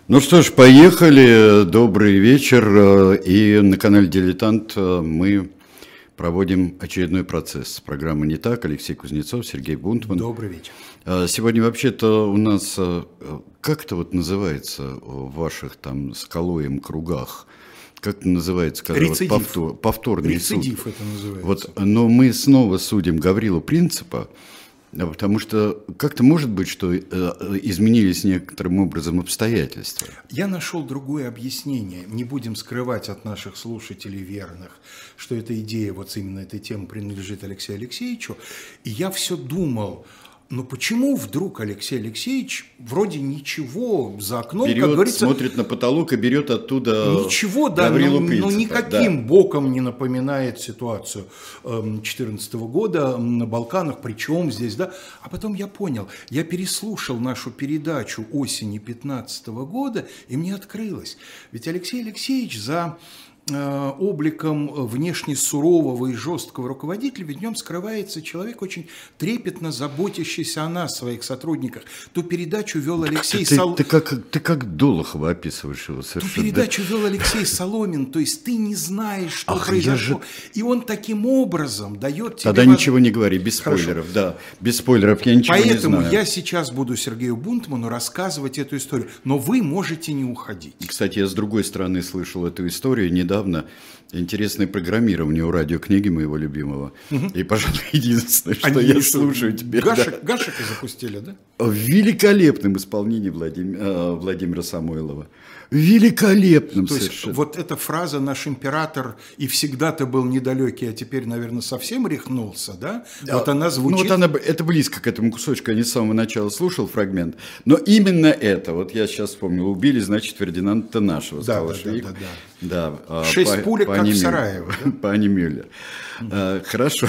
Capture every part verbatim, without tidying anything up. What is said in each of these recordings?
Ну что ж, поехали. Добрый вечер. И на канале «Дилетант» мы проводим очередной процесс. Программа «Не так». Алексей Кузнецов, Сергей Бунтман. Добрый вечер. Сегодня вообще-то у нас, как это вот называется в ваших там с Калоем кругах? Как это называется? Когда Рецидив. Вот повтор, повторный Рецидив суд. это называется. Вот, но мы снова судим Гаврилу Принципа, потому что как-то может быть, что э, изменились некоторым образом обстоятельства. Я нашел другое объяснение. Не будем скрывать от наших слушателей верных, что эта идея, вот именно этой темы принадлежит Алексею Алексеевичу. И я все думал, ну почему вдруг Алексей Алексеевич вроде ничего за окном, берет, как говорится, смотрит на потолок и берет оттуда ничего, да, Гаврилу но, Принципа. но никаким Да. боком не напоминает ситуацию две тысячи четырнадцатого года на Балканах, причем здесь, да. А потом я понял, я переслушал нашу передачу осени две тысячи пятнадцатого года, и мне открылось. Ведь Алексей Алексеевич за э, обликом внешне сурового и жесткого руководителя, ведь в нем скрывается человек, очень трепетно заботящийся о нас, своих сотрудниках. Ту передачу вел Алексей Ты, Соломин. ты, ты, как, ты как Долохова описываешь его совершенно. Ту передачу вел Алексей Соломин, то есть ты не знаешь, что Ах, произошло. же... И он таким образом дает тебе... Тогда воз... ничего не говори, без Хорошо. спойлеров, да, без спойлеров, я ничего Поэтому не знаю. Поэтому я сейчас буду Сергею Бунтману рассказывать эту историю, но вы можете не уходить. Кстати, я с другой стороны слышал эту историю недавно. Интересное программирование у радиокниги моего любимого. Угу. И, пожалуй, единственное, что Они я что, слушаю теперь. Гашек, Да. Гашека запустили, да? В великолепном исполнении Владим... Владимира Самойлова. Великолепным То совершенно. есть вот эта фраза «наш император и всегда ты был недалекий, а теперь, наверное, совсем рехнулся», да? Да. Вот она звучит... Ну вот она, это близко к этому кусочку, я не с самого начала слушал фрагмент. Но именно это, вот я сейчас вспомнил, убили, значит, Фердинанда нашего. Да, сказал, да, что да, их... да, да. да. Шесть пулек, как в Сараево. Да? Пани Мюллер. Mm-hmm. Хорошо.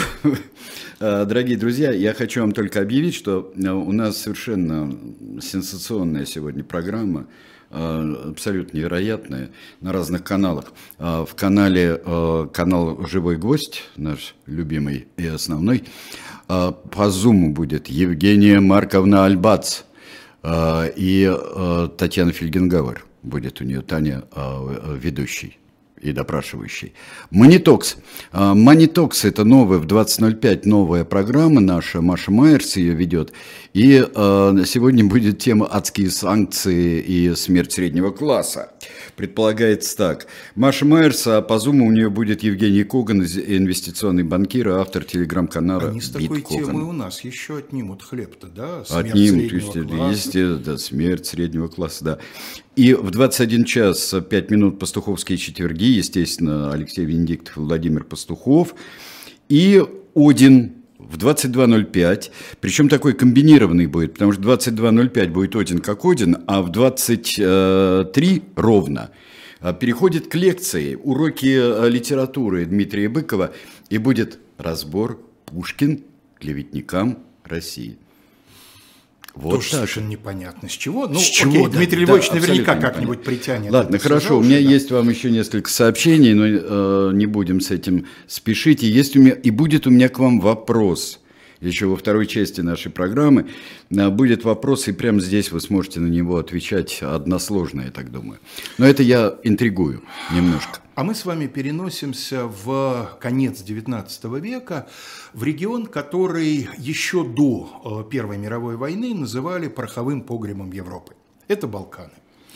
Дорогие друзья, я хочу вам только объявить, что у нас совершенно сенсационная сегодня программа, абсолютно невероятная, на разных каналах. В канале, канал «Живой гвоздь», наш любимый и основной, по зуму будет Евгения Марковна Альбац и Татьяна Фельгенгауэр. Будет у нее Таня ведущей и допрашивающий. Манитокс. Манитокс – это новая, в двадцать ноль пять новая программа наша, Маша Майерс ее ведет. И э, сегодня будет тема «Адские санкции и смерть среднего класса». Предполагается так. Маша Майерс, а по зуму у нее будет Евгений Коган, инвестиционный банкир, автор телеграм-канала Они с такой Биткоган. темой у нас еще отнимут хлеб-то, да? Смерть Отнимут, то среднего есть, класса. есть да, смерть среднего класса, да. И в двадцать один час пять минут пастуховские четверги, естественно, Алексей Венедиктов и Владимир Пастухов. И Один в двадцать два ноль пять, причем такой комбинированный будет, потому что в двадцать два ноль пять будет Один как Один, а в двадцать три ровно переходит к лекции, уроки литературы Дмитрия Быкова, и будет разбор «Пушкин клеветникам России». Вот Тоже так. совершенно непонятно. С чего? Ну, С чего? окей, Да, Дмитрий да, Львович наверняка абсолютно как-нибудь непонятно. притянет. Ладно, это хорошо, все у меня уже, да. есть вам еще несколько сообщений, но э, не будем с этим спешить. И, есть у меня, и будет у меня к вам вопрос. Еще во второй части нашей программы э, будет вопрос, и прямо здесь вы сможете на него отвечать односложно, я так думаю. Но это я интригую немножко. А мы с вами переносимся в конец девятнадцатого века, в регион, который еще до Первой мировой войны называли пороховым погребом Европы. Это Балканы.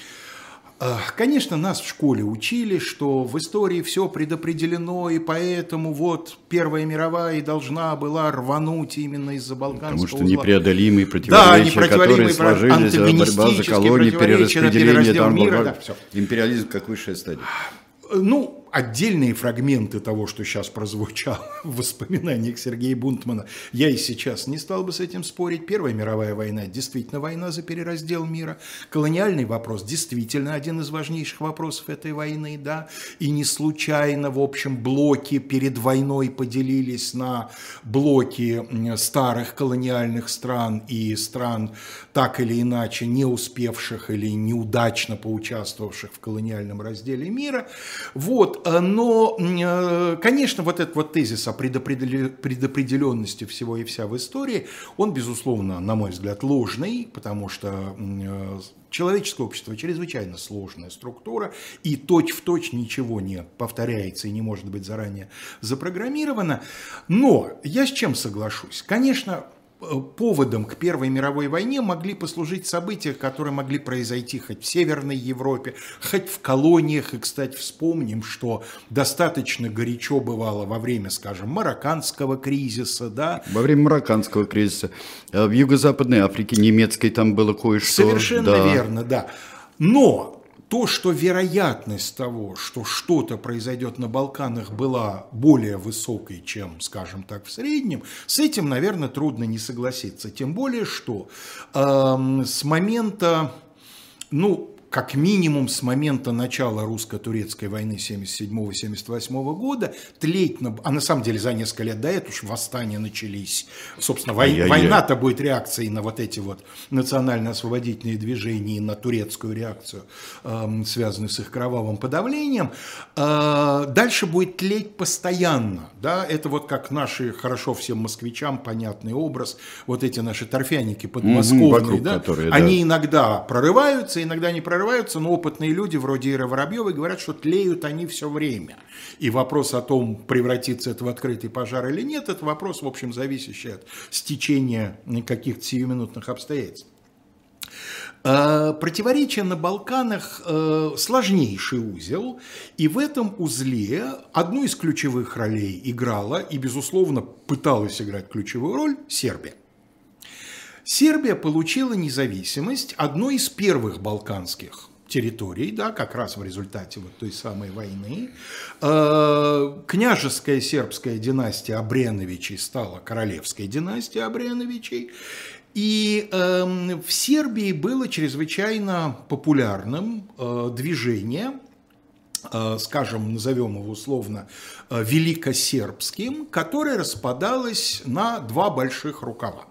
Конечно, нас в школе учили, что в истории все предопределено, и поэтому вот Первая мировая и должна была рвануть именно из-за Балканского Потому что узла. непреодолимые Да, противоречия, непреодолимые которые сложились, борьба за колонии, перераспределение, там, мира, да, все. империализм как высшая стадия. Ну, отдельные фрагменты того, что сейчас прозвучало в воспоминаниях Сергея Бунтмана, я и сейчас не стал бы с этим спорить. Первая мировая война действительно война за перераздел мира. Колониальный вопрос действительно один из важнейших вопросов этой войны, да. И не случайно, в общем, блоки перед войной поделились на блоки старых колониальных стран и стран, так или иначе, не успевших или неудачно поучаствовавших в колониальном разделе мира. Вот. Вот, но, конечно, вот этот вот тезис о предопределенности всего и вся в истории, он, безусловно, на мой взгляд, ложный, потому что человеческое общество чрезвычайно сложная структура, и точь-в-точь ничего не повторяется и не может быть заранее запрограммировано. Но я с чем соглашусь? Конечно, поводом к Первой мировой войне могли послужить события, которые могли произойти хоть в Северной Европе, хоть в колониях. И, кстати, вспомним, что достаточно горячо бывало во время, скажем, марокканского кризиса. Да? Во время марокканского кризиса. В Юго-Западной Африке немецкой там было кое-что. Совершенно да. верно, да. Но то, что вероятность того, что что-то произойдет на Балканах, была более высокой, чем, скажем так, в среднем, с этим, наверное, трудно не согласиться. Тем более, что э, с момента, ну, как минимум с момента начала русско-турецкой войны семьдесят седьмого — семьдесят восьмого года, тлеть, на, а на самом деле за несколько лет до этого уж восстания начались. Собственно, вой, война-то будет реакцией на вот эти вот национально-освободительные движения и на турецкую реакцию, э, связанную с их кровавым подавлением. Э, дальше будет тлеть постоянно. Да? Это вот как наши, хорошо всем москвичам понятный образ, вот эти наши торфяники подмосковные, угу, вокруг, да? Которые, они да. иногда прорываются, иногда не прорываются. Но опытные люди вроде Иры Воробьевой говорят, что тлеют они все время. И вопрос о том, превратится это в открытый пожар или нет, это вопрос, в общем, зависящий от стечения каких-то сиюминутных обстоятельств. Противоречие на Балканах сложнейший узел, и в этом узле одну из ключевых ролей играла и, безусловно, пыталась играть ключевую роль Сербия. Сербия получила независимость одной из первых балканских территорий, да, как раз в результате вот той самой войны. Княжеская сербская династия Обреновичей стала королевской династией Обреновичей. И э, в Сербии было чрезвычайно популярным э, движение, э, скажем, назовем его условно, э, великосербским, которое распадалось на два больших рукава.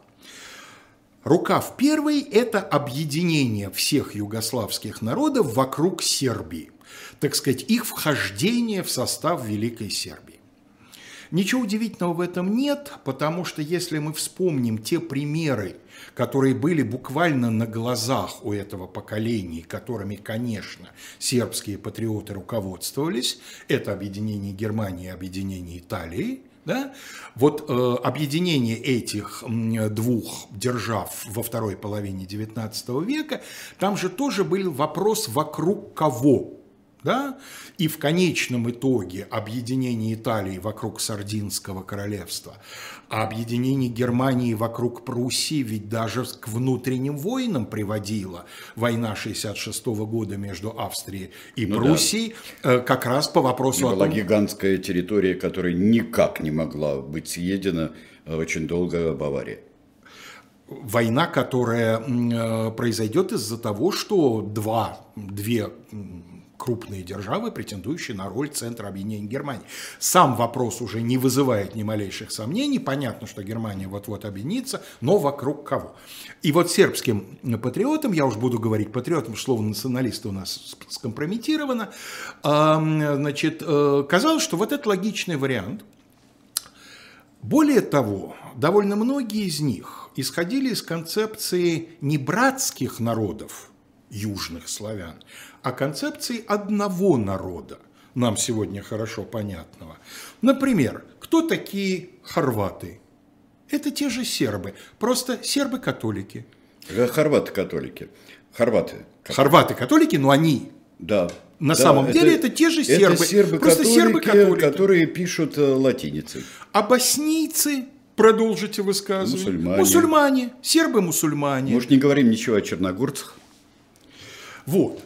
Рукав первый – это объединение всех югославских народов вокруг Сербии, так сказать, их вхождение в состав Великой Сербии. Ничего удивительного в этом нет, потому что если мы вспомним те примеры, которые были буквально на глазах у этого поколения, которыми, конечно, сербские патриоты руководствовались, это объединение Германии и объединение Италии, да? Вот э, объединение этих э, двух держав во второй половине девятнадцатого века, там же тоже был вопрос вокруг кого. Да? И в конечном итоге объединение Италии вокруг Сардинского королевства, а объединение Германии вокруг Пруссии ведь даже к внутренним войнам приводило. Война шестьдесят шестого года между Австрией и ну Пруссией да. как раз по вопросу о том... Была гигантская территория, которая никак не могла быть съедена очень долго Бавария. Война, которая произойдет из-за того, что два, две... крупные державы, претендующие на роль центра объединения Германии. Сам вопрос уже не вызывает ни малейших сомнений. Понятно, что Германия вот-вот объединится, но вокруг кого? И вот сербским патриотам, я уж буду говорить патриотам, слово националисты у нас скомпрометировано, значит, казалось, что вот это логичный вариант. Более того, довольно многие из них исходили из концепции не братских народов, южных славян, а концепции одного народа, нам сегодня хорошо понятного. Например, кто такие хорваты? Это те же сербы, просто сербы-католики. Хорваты-католики. Хорваты. Хорваты-католики, но они да, на да, самом это, деле это те же сербы, это сербы просто сербы-католики, которые пишут латиницей. А боснийцы, продолжите высказывание, мусульмане, мусульмане сербы-мусульмане. Может, не говорим ничего о черногорцах? Вот.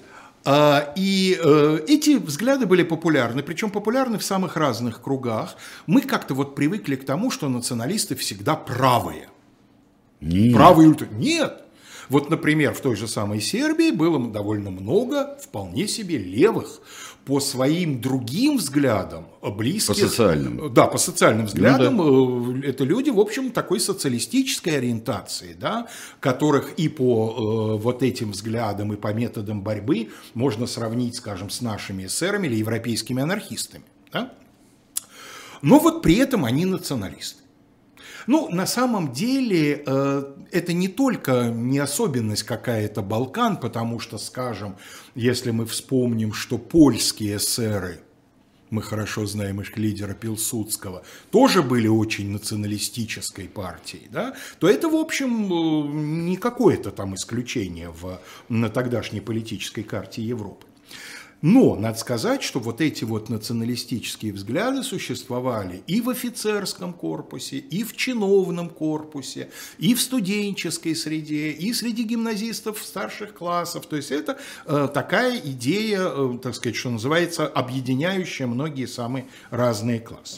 И эти взгляды были популярны, причем популярны в самых разных кругах. Мы как-то вот привыкли к тому, что националисты всегда правые. Нет. Правые ультра. Нет. Вот, например, в той же самой Сербии было довольно много вполне себе левых, по своим другим взглядам, близких... По социальным. Да, по социальным взглядам. Ну, да. Это люди, в общем, такой социалистической ориентации, да, которых и по э, вот этим взглядам, и по методам борьбы можно сравнить, скажем, с нашими эсерами или европейскими анархистами. Да? Но вот при этом они националисты. Ну, на самом деле, это не только не особенность какая-то Балкан, потому что, скажем, если мы вспомним, что польские эсеры, мы хорошо знаем их лидера Пилсудского, тоже были очень националистической партией, да, то это, в общем, не какое-то там исключение в, на тогдашней политической карте Европы. Но надо сказать, что вот эти вот националистические взгляды существовали и в офицерском корпусе, и в чиновном корпусе, и в студенческой среде, и среди гимназистов старших классов. То есть это э, такая идея, э, так сказать, что называется, объединяющая многие самые разные классы.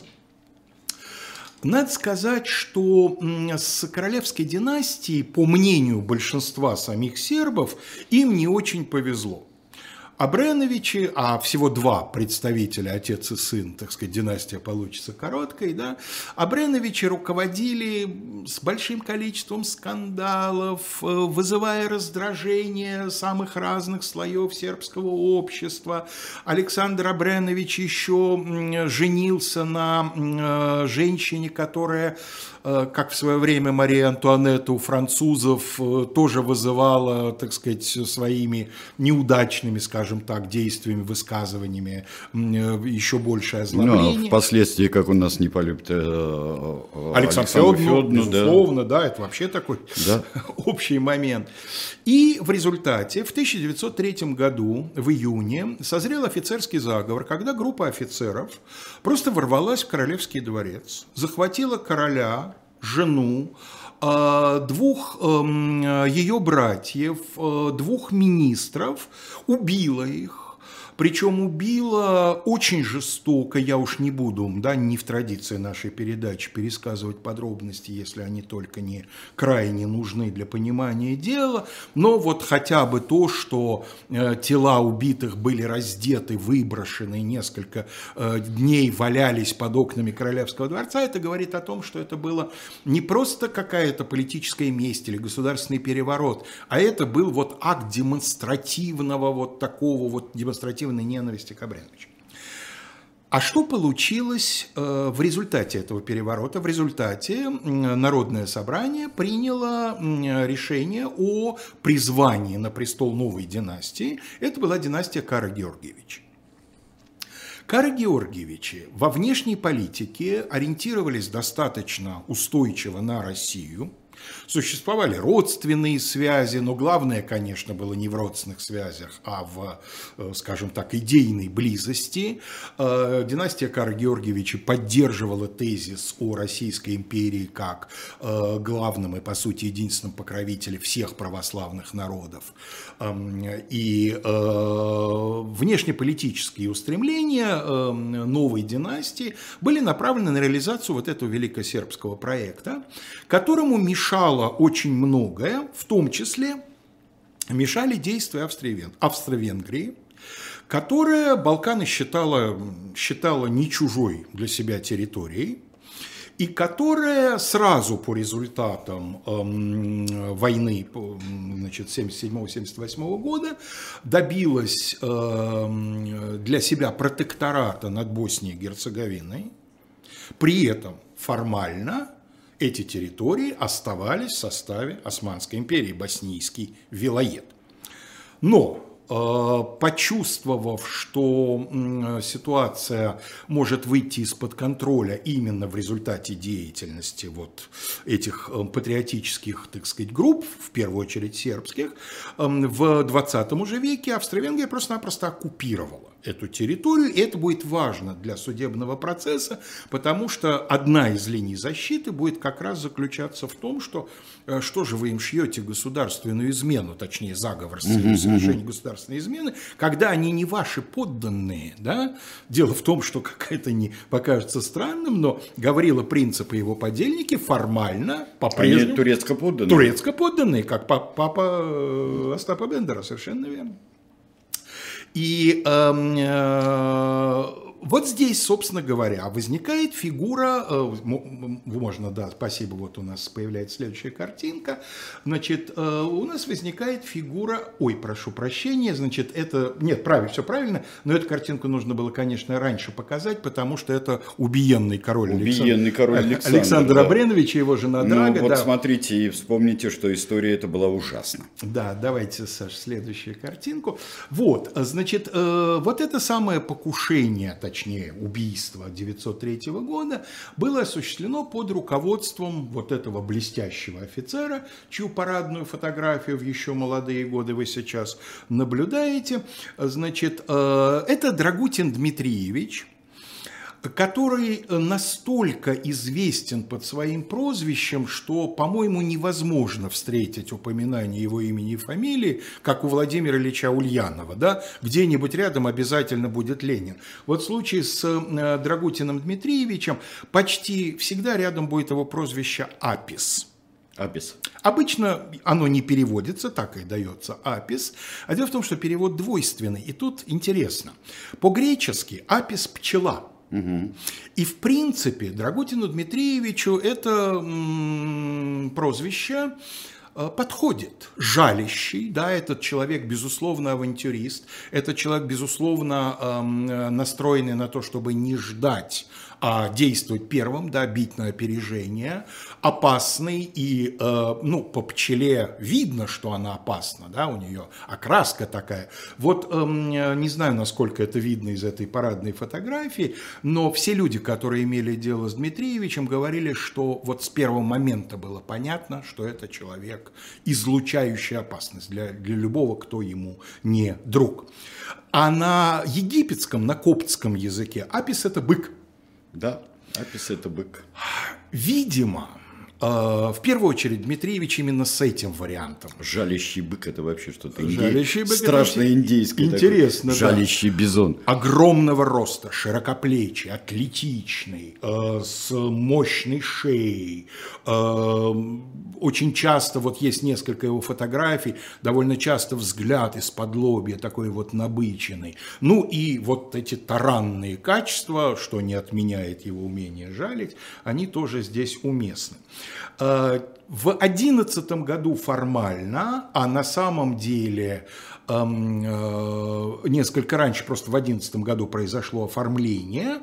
Надо сказать, что с королевской династией, по мнению большинства самих сербов, им не очень повезло. Абреновичи, а всего два представителя, отец и сын, так сказать, династия получится короткой, да, Абреновичи руководили с большим количеством скандалов, вызывая раздражение самых разных слоев сербского общества. Александр Абренович еще женился на женщине, которая, как в свое время Мария Антуанетта у французов, тоже вызывала, так сказать, своими неудачными, скажем так, действиями, высказываниями еще большее озлобление. Ну, впоследствии, как у нас не полюбит э, Александр Федорович, безусловно, да. да, это вообще такой да. общий момент. И в результате в тысяча девятьсот третьем году, в июне, созрел офицерский заговор, когда группа офицеров просто ворвалась в Королевский дворец, захватила короля, жену, двух ее братьев, двух министров, убила их. Причем убила очень жестоко, я уж не буду, да, не в традиции нашей передачи пересказывать подробности, если они только не крайне нужны для понимания дела, но вот хотя бы то, что э, тела убитых были раздеты, выброшены, несколько э, дней валялись под окнами Королевского дворца, это говорит о том, что это было не просто какая-то политическая месть или государственный переворот, а это был вот акт демонстративного вот такого вот демонстративного ненависти к Абреновичу. А что получилось э, в результате этого переворота? В результате Народное собрание приняло решение о призвании на престол новой династии. Это была династия Кара-Георгиевичей. Кара-Георгиевичи во внешней политике ориентировались достаточно устойчиво на Россию. Существовали родственные связи, но главное, конечно, было не в родственных связях, а в, скажем так, идейной близости. Династия Кара-Георгиевичей поддерживала тезис о Российской империи как главном и, по сути, единственном покровителе всех православных народов. И внешнеполитические устремления новой династии были направлены на реализацию вот этого великосербского проекта, которому мешало очень многое, в том числе мешали действия Австро-Венгрии, которая Балканы считала, считала не чужой для себя территорией, и которая сразу по результатам э, войны значит, семьдесят седьмого — семьдесят восьмого года добилась э, для себя протектората над Боснией и Герцеговиной, при этом формально эти территории оставались в составе Османской империи, боснийский вилает. Но, э, почувствовав, что э, ситуация может выйти из-под контроля именно в результате деятельности вот этих э, патриотических, так сказать, групп, в первую очередь сербских, э, в двадцатом уже веке Австро-Венгрия просто-напросто оккупировала эту территорию, и это будет важно для судебного процесса, потому что одна из линий защиты будет как раз заключаться в том, что что же вы им шьете государственную измену, точнее заговор с целью совершения государственной измены, когда они не ваши подданные, да? Дело в том, что, как это не покажется странным, но Гаврила Принцип и его подельники формально по-прежнему... Они турецко подданные. Турецко подданные, как папа Остапа Бендера, совершенно верно. И э, э, вот здесь, собственно говоря, возникает фигура, э, можно, да, спасибо, вот у нас появляется следующая картинка, значит, э, у нас возникает фигура, ой, прошу прощения, значит, это, нет, правильно, все правильно, но эту картинку нужно было, конечно, раньше показать, потому что это убиенный король, убиенный Александр, король Александр, Александр да. Абренович и его жена Драга. Ну, вот да. смотрите и вспомните, что история эта была ужасна. Да, давайте, Саш, следующую картинку. Вот, значит, э, вот это самое покушение, точнее, убийство девятьсот третьего года было осуществлено под руководством вот этого блестящего офицера, чью парадную фотографию в еще молодые годы вы сейчас наблюдаете. Значит, э, это Драгутин Дмитриевич, который настолько известен под своим прозвищем, что, по-моему, невозможно встретить упоминание его имени и фамилии, как у Владимира Ильича Ульянова, да? Где-нибудь рядом обязательно будет Ленин. Вот в случае с Драгутиным Дмитриевичем почти всегда рядом будет его прозвище Апис. Апис. Обычно оно не переводится, так и дается Апис. А дело в том, что перевод двойственный. И тут интересно. По-гречески Апис – пчела. Угу. И в принципе Драгутину Дмитриевичу это м, прозвище э, подходит. Жалящий, да, этот человек безусловно авантюрист, этот человек безусловно э, настроенный на то, чтобы не ждать, а действовать первым, да, бить на опережение, опасный и, э, ну, по пчеле видно, что она опасна, да, у нее окраска такая. Вот э, не знаю, насколько это видно из этой парадной фотографии, но все люди, которые имели дело с Дмитриевичем, говорили, что вот с первого момента было понятно, что это человек, излучающий опасность для, для любого, кто ему не друг. А на египетском, на коптском языке Апис – это бык. Да, Апис – это бык. Видимо, э, в первую очередь Дмитриевич именно с этим вариантом. Жалящий бык – это вообще что-то Жалящий бык, страшно индейское. Интересно, такое. Жалящий да. бизон. Огромного роста, широкоплечий, атлетичный, э, с мощной шеей. Э, очень часто, вот есть несколько его фотографий, довольно часто взгляд из-под лобья такой вот набыченный. Ну и вот эти таранные качества, что не отменяет его умение жалить, они тоже здесь уместны. В одиннадцатом году формально, а на самом деле несколько раньше, просто в одиннадцатом году произошло оформление,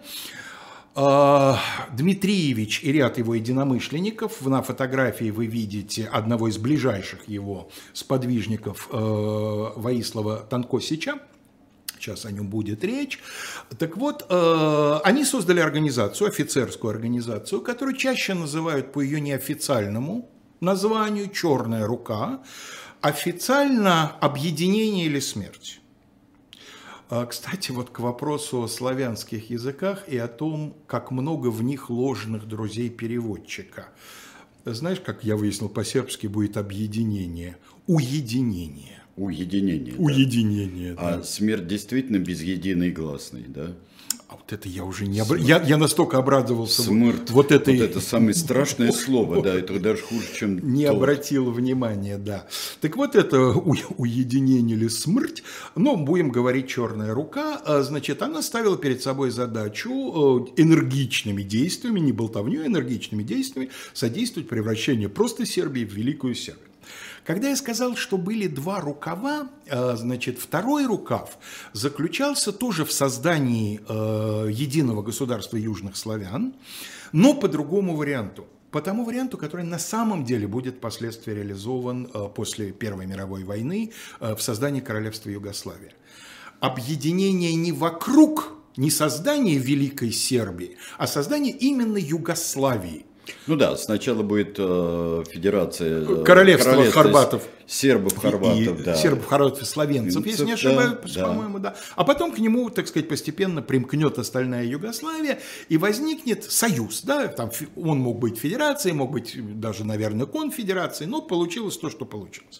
Дмитриевич и ряд его единомышленников, на фотографии вы видите одного из ближайших его сподвижников Воислава Танкосича, сейчас о нем будет речь. Так вот, они создали организацию, офицерскую организацию, которую чаще называют по ее неофициальному названию «Черная рука», официально «Объединение или смерть». Кстати, вот к вопросу о славянских языках и о том, как много в них ложных друзей переводчика. Знаешь, как я выяснил, по-сербски будет объединение, уединение. Уединение. Уединение. Да. Да. А смерть действительно без единой гласной, да? А вот это я уже не обра... я, я настолько обрадовался. Смерть. Вот, этой... вот это самое страшное слово, да, это даже хуже, чем... Не то. обратил внимания, да. Так вот это у... уединение или смерть, ну, будем говорить «Черная рука», значит, она ставила перед собой задачу энергичными действиями, не болтовней, энергичными действиями содействовать превращению просто Сербии в Великую Сербию. Когда я сказал, что были два рукава, значит, второй рукав заключался тоже в создании единого государства южных славян, но по другому варианту. По тому варианту, который на самом деле будет впоследствии реализован после Первой мировой войны в создании Королевства Югославия. Объединение не вокруг, не создание Великой Сербии, а создание именно Югославии. Ну да, сначала будет э, федерация... Э, Королевство хорватов. Сербов, хорватов, и, да. Сербов, хорватов, словенцев, если не ошибаюсь, да, по-моему, да. А потом к нему, так сказать, постепенно примкнет остальная Югославия, и возникнет союз, да, там он мог быть федерацией, мог быть даже, наверное, конфедерацией, но получилось то, что получилось.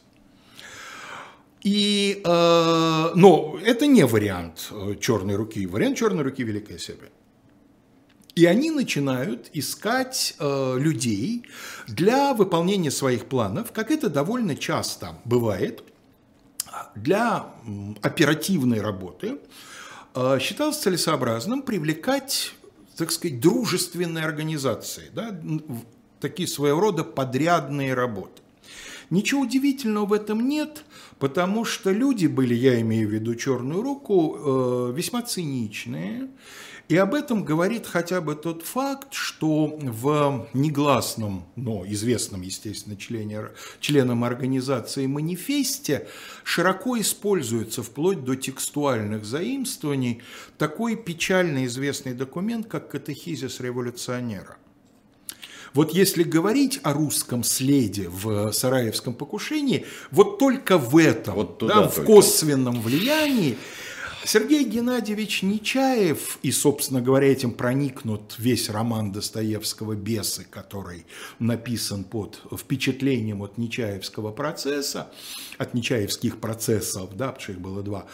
И, э, но это не вариант черной руки, вариант черной руки Великая Сербия. И они начинают искать э, людей для выполнения своих планов, как это довольно часто бывает, для оперативной работы. Э, считалось целесообразным привлекать, так сказать, дружественные организации, да, такие своего рода подрядные работы. Ничего удивительного в этом нет, потому что люди были, я имею в виду черную руку, э, весьма циничные. И об этом говорит хотя бы тот факт, что в негласном, но известном, естественно, члене, членам организации манифесте широко используется вплоть до текстуальных заимствований такой печально известный документ, как «Катехизис революционера». Вот если говорить о русском следе в Сараевском покушении, вот только в этом, вот туда, да, в косвенном влиянии, Сергей Геннадьевич Нечаев, и, собственно говоря, этим проникнут весь роман Достоевского «Бесы», который написан под впечатлением от Нечаевского процесса, от нечаевских процессов, да, потому что их было два.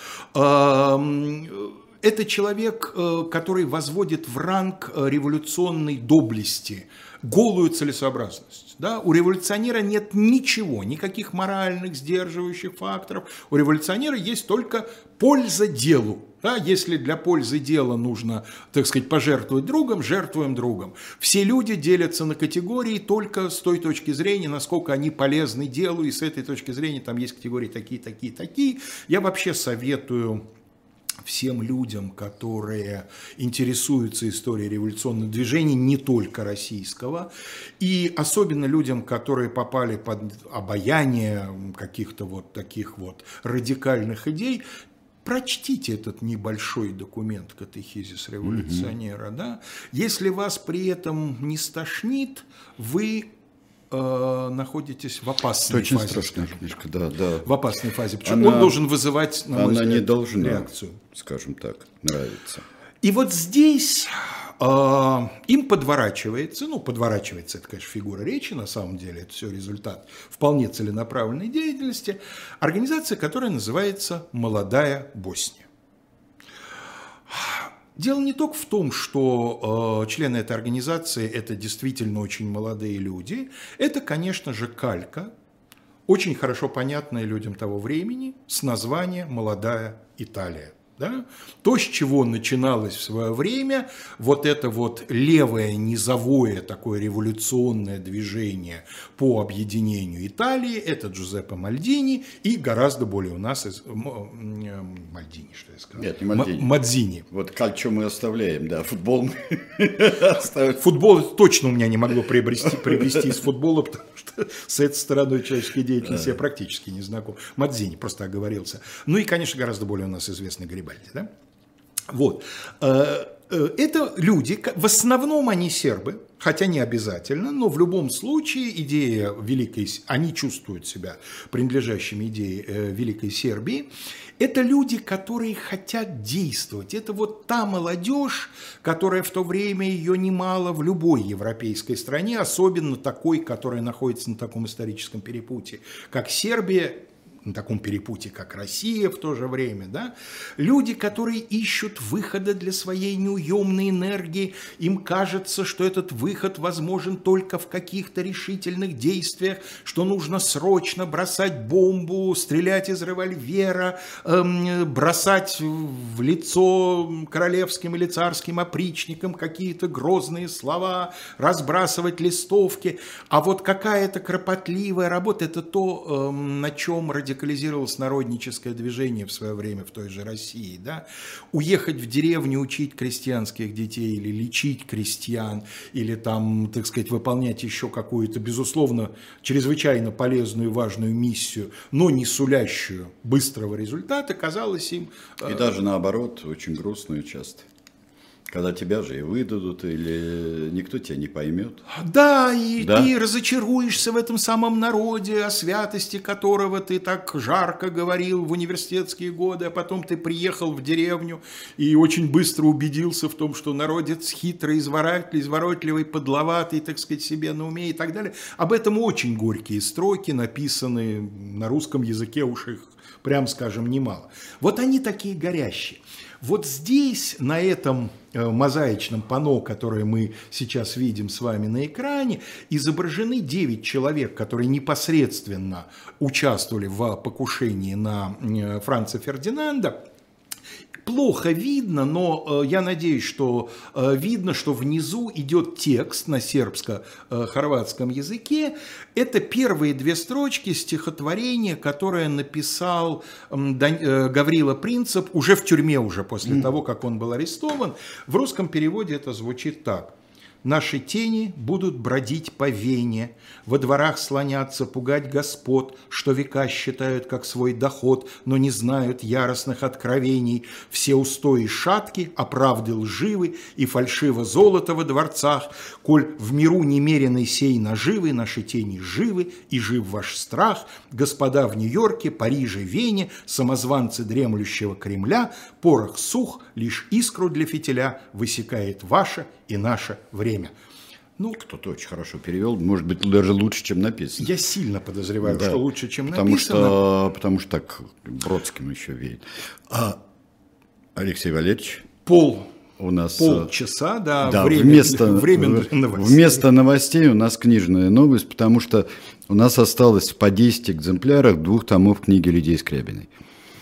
Это человек, который возводит в ранг революционной доблести голую целесообразность. Да? У революционера нет ничего, никаких моральных сдерживающих факторов. У революционера есть только польза делу. Да? Если для пользы дела нужно, так сказать, пожертвовать другом, жертвуем другом. Все люди делятся на категории только с той точки зрения, насколько они полезны делу, и с этой точки зрения там есть категории такие, такие, такие. Я вообще советую всем людям, которые интересуются историей революционных движений, не только российского, и особенно людям, которые попали под обаяние каких-то вот таких вот радикальных идей, прочтите этот небольшой документ «Катехизис революционера». Mm-hmm. Да? Если вас при этом не стошнит, вы находитесь в опасной Очень фазе. Очень страшная книжка, да, да. В опасной фазе. Почему она, он должен вызывать, на мой взгляд, не должна, реакцию. Скажем так, нравится. И вот здесь э, им подворачивается, ну, подворачивается, это, конечно, фигура речи, на самом деле, это все результат вполне целенаправленной деятельности, организация, которая называется «Молодая Босния». Дело не только в том, что э, члены этой организации – это действительно очень молодые люди. Это, конечно же, калька, очень хорошо понятная людям того времени, с названия «Молодая Италия». Да? То, с чего начиналось в свое время, вот это вот левое низовое такое революционное движение по объединению Италии, это Джузеппе Мальдини и гораздо более у нас из... Мальдини, что я сказал? Нет, не Мальдини. Мадзини. Вот кальчо мы оставляем, да, футбол мы оставим. Футбол точно у меня не могло приобрести, приобрести из футбола, потому что с этой стороной человеческой деятельности я практически не знаком. Мадзини, просто оговорился. Ну и, конечно, гораздо более у нас известный Гарибальди. Да? Вот. Это люди, в основном они сербы, хотя не обязательно, но в любом случае идея великой, они чувствуют себя принадлежащими идее Великой Сербии. Это люди, которые хотят действовать. Это вот та молодежь, которая в то время ее немало в любой европейской стране, особенно такой, которая находится на таком историческом перепутье, как Сербия, на таком перепутье, как Россия в то же время, да? Люди, которые ищут выхода для своей неуемной энергии, им кажется, что этот выход возможен только в каких-то решительных действиях, что нужно срочно бросать бомбу, стрелять из револьвера, эм, бросать в лицо королевским или царским опричникам какие-то грозные слова, разбрасывать листовки. А вот какая-то кропотливая работа – это то, эм, на чем радикализация радикализировалось народническое движение в свое время в той же России. Да? Уехать в деревню, учить крестьянских детей или лечить крестьян, или там, так сказать, выполнять еще какую-то, безусловно, чрезвычайно полезную и важную миссию, но не сулящую быстрого результата, казалось им... И даже наоборот, очень грустную часто. Когда тебя же и выдадут, или никто тебя не поймет. Да, и да? ты разочаруешься в этом самом народе, о святости которого ты так жарко говорил в университетские годы, а потом ты приехал в деревню и очень быстро убедился в том, что народец хитрый, изворотливый, изворотливый, подловатый, так сказать, себе на уме и так далее. Об этом очень горькие строки, написанные на русском языке, уж их, прям скажем, немало. Вот они такие горящие. Вот здесь, на этом мозаичном панно, которое мы сейчас видим с вами на экране, изображены девять человек, которые непосредственно участвовали в покушении на Франца Фердинанда. Плохо видно, но я надеюсь, что видно, что внизу идет текст на сербско-хорватском языке. Это первые две строчки стихотворения, которое написал Гаврила Принцип уже в тюрьме, уже после mm. того, как он был арестован. В русском переводе это звучит так. Наши тени будут бродить по Вене, во дворах слоняться, пугать господ, что века считают как свой доход, но не знают яростных откровений. Все устои шатки, а правды лживы, и фальшиво золото во дворцах. Коль в миру немеренной сей наживы, наши тени живы, и жив ваш страх. Господа в Нью-Йорке, Париже, Вене, самозванцы дремлющего Кремля, порох сух, лишь искру для фитиля высекает ваше и наше время. Ну, кто-то очень хорошо перевел, может быть, даже лучше, чем написано. Я сильно подозреваю, да, что лучше, чем потому написано. Что, потому что так Бродским еще веет. А, Алексей Валерьевич, Пол, у нас полчаса, да, да время, вместо, время для новостей. Вместо новостей у нас книжная новость, потому что у нас осталось по десять экземпляров двух томов книги Лидии Скрябиной.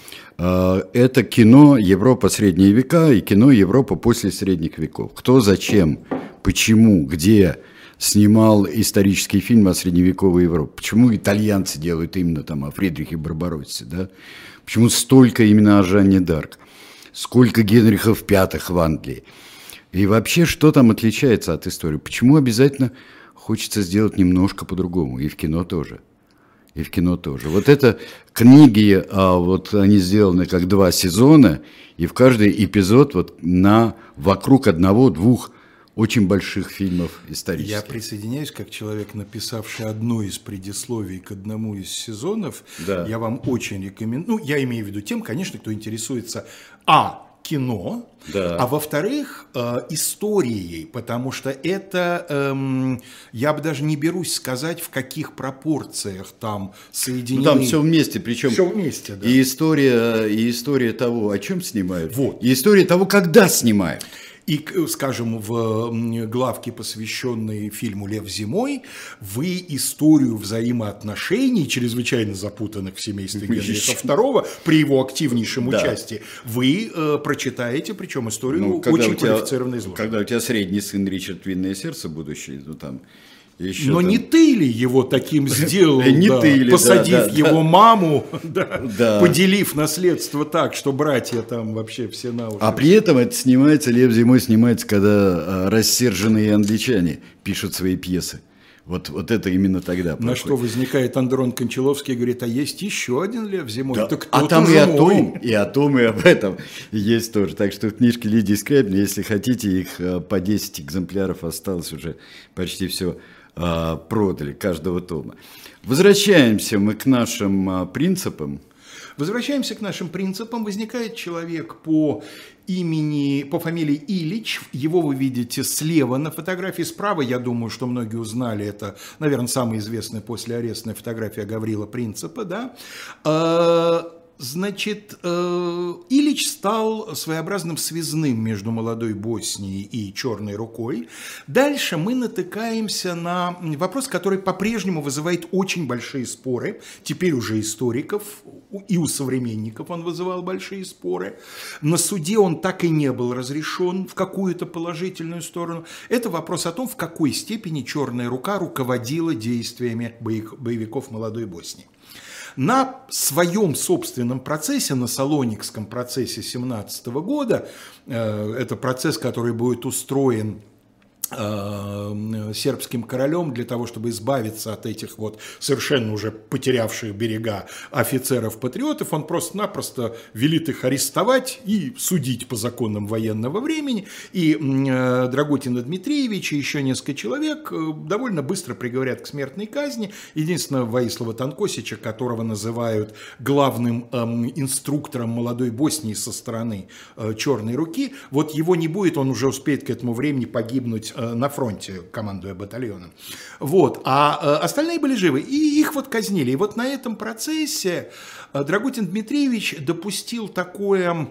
Это кино «Европа. Средние века» и кино «Европа после средних веков». Кто, зачем, почему, где снимал исторический фильм о средневековой Европе? Почему итальянцы делают именно там о Фридрихе Барбароссе? Да? Почему столько именно о Жанне д'Арк? Сколько Генрихов Пятых в Англии? И вообще, что там отличается от истории? Почему обязательно хочется сделать немножко по-другому? И в кино тоже. И в кино тоже. Вот это книги, а, вот они сделаны как два сезона, и в каждый эпизод вот на, вокруг одного-двух очень больших фильмов исторических. Я присоединяюсь, как человек, написавший одно из предисловий к одному из сезонов. Да. Я вам очень рекомендую, ну, я имею в виду тем, конечно, кто интересуется, а, кино, да. А во-вторых, э, историей, потому что это, э, я бы даже не берусь сказать, в каких пропорциях там соединены. Ну, там все вместе, причем все вместе, да. И история, и история того, о чем снимают, вот. И история того, когда снимают. И, скажем, в главке, посвященной фильму «Лев зимой», вы историю взаимоотношений, чрезвычайно запутанных в семействе Генриха второго, при его активнейшем да. участии, вы э, прочитаете, причем историю ну, очень квалифицированно изложенную. Когда у тебя средний сын Ричард Винное сердце будущий, ну там... Еще Но там... не ты ли его таким сделал, не да, ты ли, посадив да, да, его да. маму, да, да. поделив наследство так, что братья там вообще все на уши. А при этом это снимается, «Лев зимой» снимается, когда рассерженные англичане пишут свои пьесы. Вот, вот это именно тогда На проходит. что возникает Андрон Кончаловский и говорит, а есть еще один «Лев зимой». Да. Так а там и о том, и о том, и об этом есть тоже. Так что книжки Лидии Скрябиной, если хотите, их по десять экземпляров осталось уже почти все. Продали каждого тома. Возвращаемся мы к нашим принципам. Возвращаемся к нашим принципам. Возникает человек по имени, по фамилии Ильич. Его вы видите слева на фотографии. Справа, я думаю, что многие узнали, это, наверное, самая известная послеарестная фотография Гаврила Принципа. Да? Значит, Ильич стал своеобразным связным между молодой Боснией и Черной рукой. Дальше мы натыкаемся на вопрос, который по-прежнему вызывает очень большие споры. Теперь уже историков, и у современников он вызывал большие споры. На суде он так и не был разрешен в какую-то положительную сторону. Это вопрос о том, в какой степени Черная рука руководила действиями боевиков молодой Боснии. На своем собственном процессе, на Салоникском процессе семнадцатого года, это процесс, который будет устроен сербским королем для того, чтобы избавиться от этих вот совершенно уже потерявших берега офицеров-патриотов, он просто-напросто велит их арестовать и судить по законам военного времени. И Драгутина Дмитриевича и еще несколько человек довольно быстро приговорят к смертной казни. Единственное, Ваислава Танкосича, которого называют главным инструктором молодой Боснии со стороны Черной руки, вот его не будет, он уже успеет к этому времени погибнуть на фронте, командуя батальоном. Вот. А остальные были живы, и их вот казнили. И вот на этом процессе Драгутин Дмитриевич допустил такое,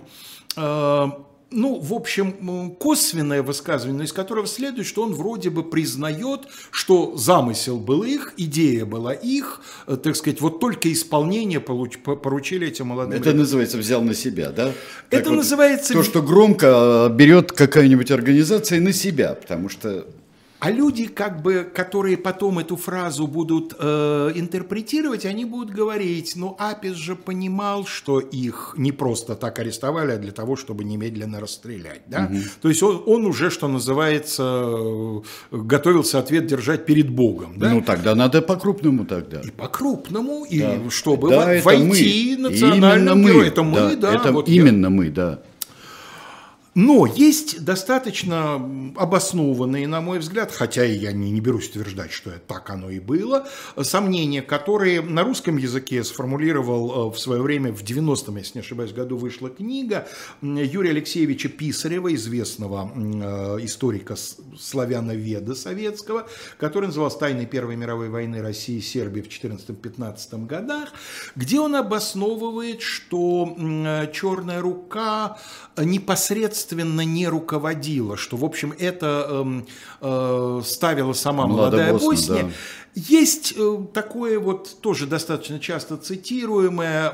ну, в общем, косвенное высказывание, из которого следует, что он вроде бы признает, что замысел был их, идея была их, так сказать, вот только исполнение поручили этим молодым Это ребятам. Называется «взял на себя», да? Это так называется... Вот то, что громко берет какая-нибудь организация на себя, потому что... А люди, как бы, которые потом эту фразу будут э, интерпретировать, они будут говорить, ну, Апис же понимал, что их не просто так арестовали, а для того, чтобы немедленно расстрелять, да? Угу. То есть он, он уже, что называется, готовился ответ держать перед Богом, да? Ну, тогда надо по-крупному тогда. И по-крупному, и да. чтобы да, вот войти мы. национальным героем. Это мы, да. да. Это вот именно я... мы, да. Но есть достаточно обоснованные, на мой взгляд, хотя и я не, не берусь утверждать, что это так оно и было, сомнения, которые на русском языке сформулировал в свое время, в девяностом, если не ошибаюсь, году вышла книга Юрия Алексеевича Писарева, известного историка славяноведа советского, который назывался «Тайны Первой мировой войны России и Сербии в четырнадцатом-пятнадцатом годах», где он обосновывает, что Черная рука непосредственно не руководила, что, в общем, это э, э, ставила сама молодая Босния. Да. Есть э, такое вот тоже достаточно часто цитируемое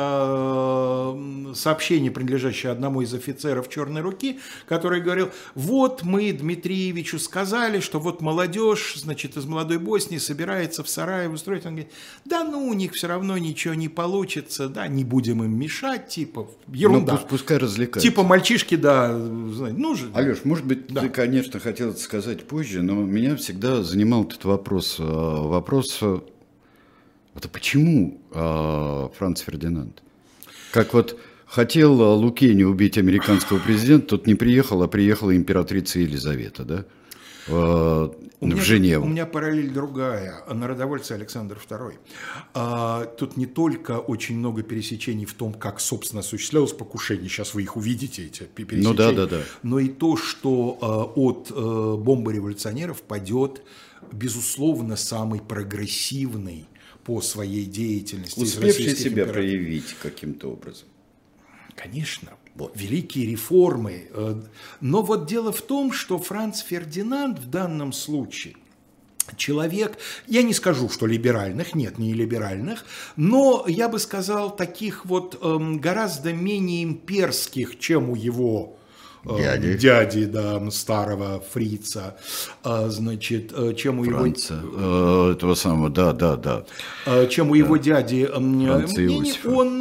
э, сообщение, принадлежащее одному из офицеров Черной руки, который говорил: вот мы Дмитриевичу сказали, что вот молодежь, значит, из молодой Боснии собирается в Сараево устроить. Он говорит: да ну, у них все равно ничего не получится, да, не будем им мешать, типа, ерунда. Ну, пускай развлекаются. Типа мальчишки, да, ну же. Алеш, может быть, да. ты, конечно, хотел это сказать позже, но меня всегда занимал этот вопрос. Вопрос, это почему э, Франц Фердинанд? Как вот хотел Лукени убить американского президента, тот не приехал, а приехала императрица Елизавета, да, э, в меня, Женеву. У меня параллель другая, народовольцы Александр второй. А, тут не только очень много пересечений в том, как, собственно, осуществлялось покушение, сейчас вы их увидите, эти пересечения, ну, да, да, да. но и то, что а, от а, бомбы революционеров падет, безусловно, самый прогрессивный по своей деятельности. Успевший себя проявить каким-то образом. Конечно, вот, великие реформы. Но вот дело в том, что Франц Фердинанд в данном случае человек, я не скажу, что либеральных, нет, не либеральных, но я бы сказал таких вот гораздо менее имперских, чем у его Дяди. Дяди, да, старого фрица, значит, чем у Франца, его... этого самого, да, да, да. Чем у его да. дяди... Франца Иосифа. Он...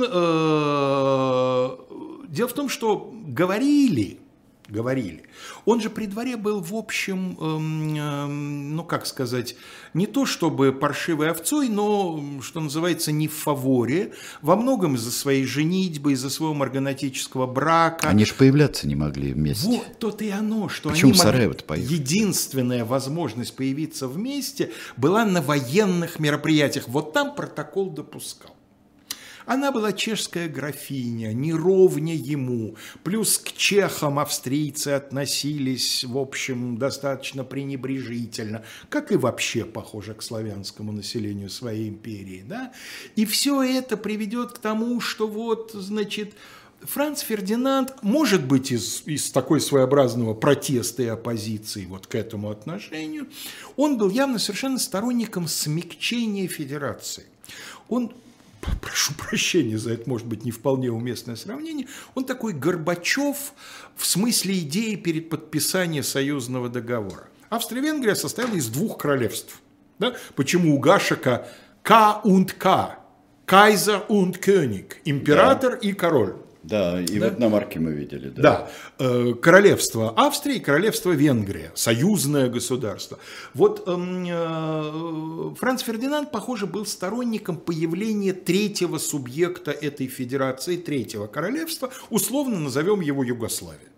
Дело в том, что говорили... говорили. Он же при дворе был, в общем, эм, ну, как сказать, не то чтобы паршивой овцой, но, что называется, не в фаворе. Во многом из-за своей женитьбы, из-за своего марганатического брака. Они же появляться не могли вместе. Вот то-то и оно, что Почему они в Сараево-то поехали? Единственная возможность появиться вместе была на военных мероприятиях. Вот там протокол допускал. Она была чешская графиня, не ровня ему, плюс к чехам австрийцы относились, в общем, достаточно пренебрежительно, как и вообще, похоже, к славянскому населению своей империи, да? И все это приведет к тому, что вот, значит, Франц Фердинанд, может быть, из, из такой своеобразного протеста и оппозиции вот к этому отношению, он был явно совершенно сторонником смягчения федерации. Он... Прошу прощения за это, может быть, не вполне уместное сравнение. Он такой Горбачев в смысле идеи перед подписанием союзного договора. Австро-Венгрия состояла из двух королевств. Да? Почему у Гашека К und К? Кайзер und König. Император да. и король. Да, и да? вот на марке мы видели. Да, да. Королевство Австрии, королевство Венгрия, союзное государство. Вот Франц Фердинанд, похоже, был сторонником появления третьего субъекта этой федерации, третьего королевства, условно назовем его Югославия.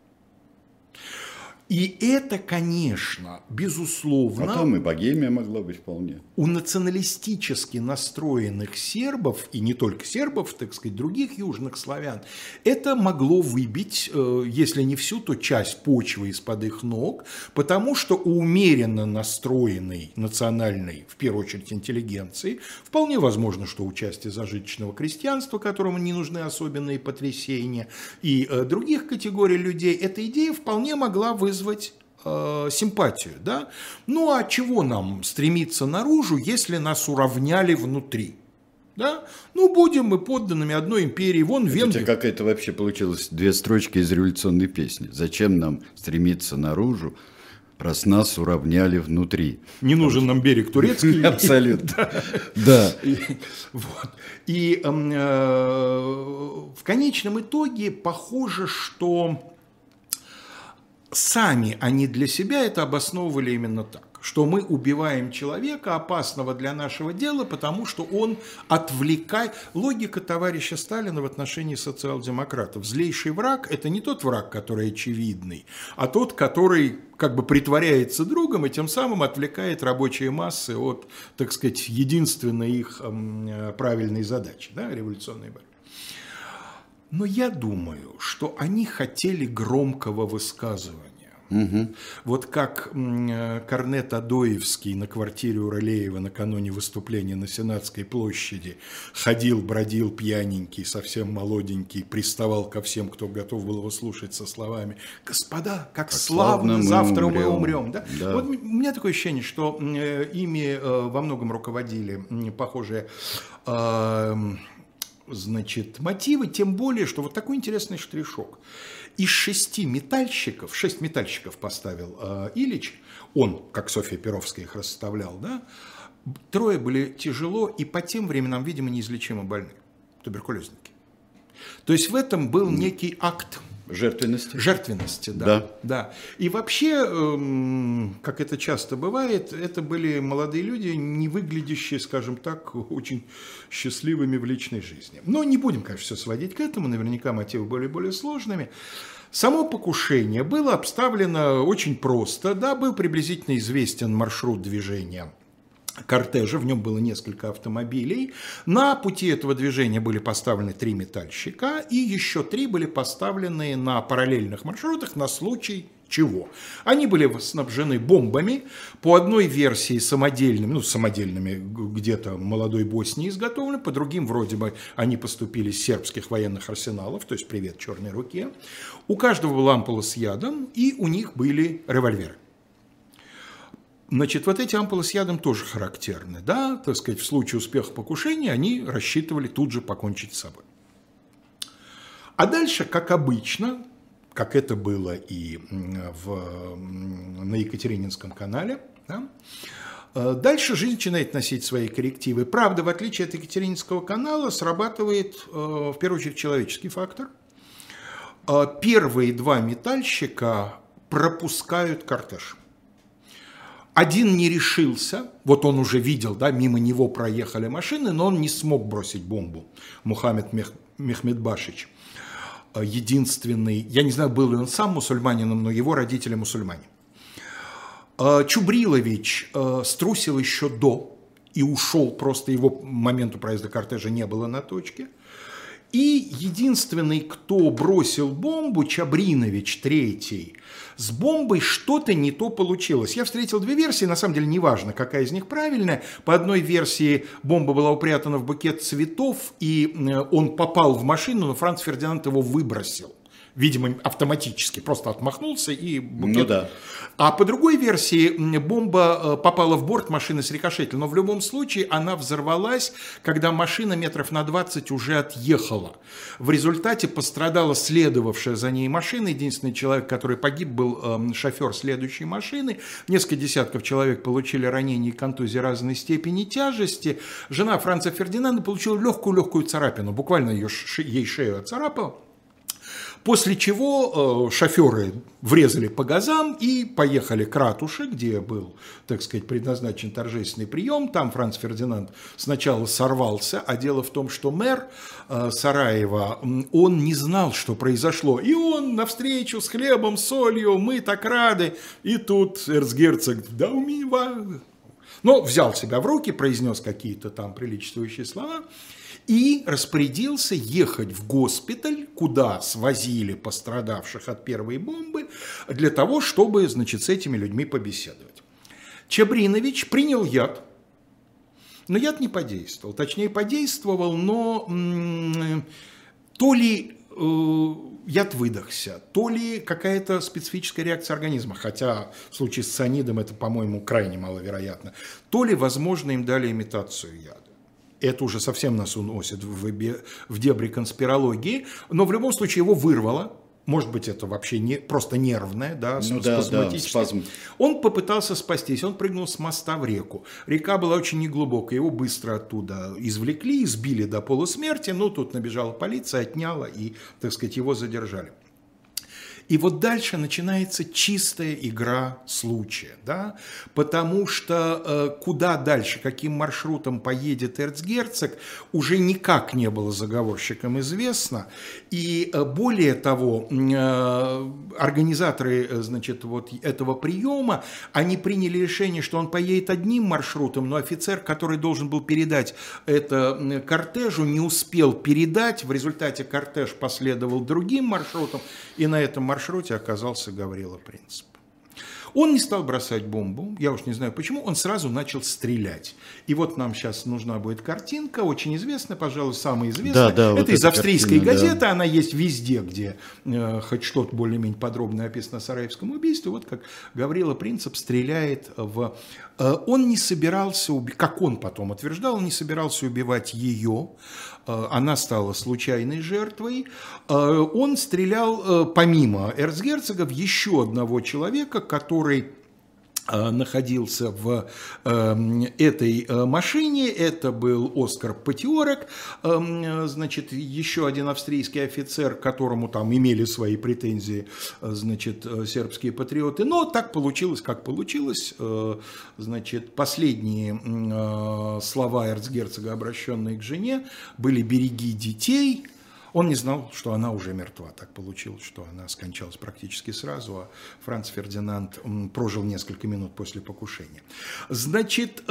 И это, конечно, безусловно... Потом и Богемия могла быть вполне. У националистически настроенных сербов, и не только сербов, так сказать, других южных славян, это могло выбить, если не всю, то часть почвы из-под их ног, потому что у умеренно настроенной национальной, в первую очередь, интеллигенции, вполне возможно, что у части зажиточного крестьянства, которому не нужны особенные потрясения, и других категорий людей, эта идея вполне могла вызвать вызвать э, симпатию, да? Ну а чего нам стремиться наружу, если нас уравняли внутри? Да? Ну, будем мы подданными одной империи. Вон венгры. Как это вообще получилось? Две строчки из революционной песни. Зачем нам стремиться наружу, раз нас уравняли внутри? Не нужен нам берег турецкий. Абсолютно. Да. И в конечном итоге похоже, что сами они для себя это обосновывали именно так, что мы убиваем человека, опасного для нашего дела, потому что он отвлекает... Логика товарища Сталина в отношении социал-демократов. Злейший враг – это не тот враг, который очевидный, а тот, который как бы притворяется другом и тем самым отвлекает рабочие массы от, так сказать, единственной их правильной задачи, да, революционной борьбы. Но я думаю, что они хотели громкого высказывания. Угу. Вот как Корнет Адоевский на квартире у Рылеева накануне выступления на Сенатской площади ходил, бродил пьяненький, совсем молоденький, приставал ко всем, кто готов был его слушать, со словами: «Господа, как, как славно, славно завтра мы умрем». Мы умрем. Да? Да. Вот у меня такое ощущение, что ими во многом руководили похожие... Значит, мотивы, тем более, что вот такой интересный штришок. Из шести метальщиков, шесть метальщиков поставил э, Ильич, он, как Софья Перовская, их расставлял, да, трое были тяжело и по тем временам, видимо, неизлечимо больны, туберкулезники. То есть в этом был некий акт жертвенности. Жертвенности, да. Да. да. И вообще, эм, как это часто бывает, это были молодые люди, не выглядящие, скажем так, очень счастливыми в личной жизни. Но не будем, конечно, все сводить к этому, наверняка мотивы были более сложными. Само покушение было обставлено очень просто, да, был приблизительно известен маршрут движения кортежа, в нем было несколько автомобилей. На пути этого движения были поставлены три метальщика, и еще три были поставлены на параллельных маршрутах на случай чего. Они были снабжены бомбами, по одной версии самодельными, ну, самодельными где-то молодой Боснии изготовлены, по другим вроде бы они поступили с сербских военных арсеналов, то есть привет Черной руке. У каждого была ампула с ядом, и у них были револьверы. Значит, вот эти ампулы с ядом тоже характерны, да, так сказать, в случае успеха покушения они рассчитывали тут же покончить с собой. А дальше, как обычно, как это было и в, на Екатерининском канале, да, дальше жизнь начинает носить свои коррективы. Правда, в отличие от Екатерининского канала, срабатывает в первую очередь человеческий фактор. Первые два метальщика пропускают кортеж. Один не решился, вот он уже видел, да, мимо него проехали машины, но он не смог бросить бомбу. Мухаммед Мех, Мехмедбашич, единственный, я не знаю, был ли он сам мусульманином, но его родители мусульмане. Чубрилович струсил еще до и ушел, просто его к моменту проезда кортежа не было на точке. И единственный, кто бросил бомбу, Чабринович, третий, с бомбой что-то не то получилось. Я встретил две версии, на самом деле неважно, какая из них правильная. По одной версии бомба была упрятана в букет цветов, и он попал в машину, но Франц Фердинанд его выбросил. Видимо, автоматически, просто отмахнулся и букет. Ну да. А по другой версии бомба попала в борт машины, срикошетила, но в любом случае она взорвалась, когда машина метров на двадцать уже отъехала. В результате пострадала следовавшая за ней машина. Единственный человек, который погиб, был шофер следующей машины. Несколько десятков человек получили ранения и контузии разной степени тяжести. Жена Франца Фердинанда получила легкую-легкую царапину, буквально ее, ей шею отцарапала. После чего шоферы врезали по газам и поехали к ратуше, где был, так сказать, предназначен торжественный прием. Там Франц Фердинанд сначала сорвался, а дело в том, что мэр Сараева, он не знал, что произошло. И он навстречу с хлебом, солью, мы так рады. И тут эрцгерцог, да у меня... Но взял себя в руки, произнес какие-то там приличествующие слова и распорядился ехать в госпиталь, куда свозили пострадавших от первой бомбы, для того, чтобы, значит, с этими людьми побеседовать. Чабринович принял яд, но яд не подействовал. Точнее, подействовал, но м- то ли э- яд выдохся, то ли какая-то специфическая реакция организма, хотя в случае с цианидом это, по-моему, крайне маловероятно, то ли, возможно, им дали имитацию яда. Это уже совсем нас уносит в, в дебри конспирологии, но в любом случае его вырвало. Может быть, это вообще не, просто нервное, да, ну, да, да, спазм. Он попытался спастись, он прыгнул с моста в реку. Река была очень неглубокая, его быстро оттуда извлекли, избили до полусмерти, ну, тут набежала полиция, отняла и, так сказать, его задержали. И вот дальше начинается чистая игра случая, да? Потому что э, куда дальше, каким маршрутом поедет эрцгерцог, уже никак не было заговорщикам известно. И э, более того, э, организаторы, э, значит, вот этого приема, они приняли решение, что он поедет одним маршрутом, но офицер, который должен был передать это кортежу, не успел передать. В результате кортеж последовал другим маршрутом, и на этом маршруте маршруте оказался Гаврила Принцип. Он не стал бросать бомбу, я уж не знаю почему, он сразу начал стрелять. И вот нам сейчас нужна будет картинка, очень известная, пожалуй, самая известная. Да, да, это вот из австрийской картина, газеты, да. Она есть везде, где э, хоть что-то более-менее подробно описано о Сараевском убийстве. Вот как Гаврила Принцип стреляет в... Э, он не собирался, уби... как он потом утверждал, он не собирался убивать ее. Э, она стала случайной жертвой. Э, он стрелял, э, помимо эрцгерцога, в еще одного человека, который находился в э, этой машине. Это был Оскар Патиорек, э, значит, еще один австрийский офицер, к которому там имели свои претензии, значит, сербские патриоты. Но так получилось, как получилось. Э, значит, последние э, слова эрцгерцога, обращенные к жене, были «береги детей». Он не знал, что она уже мертва. Так получилось, что она скончалась практически сразу, а Франц Фердинанд прожил несколько минут после покушения. Значит,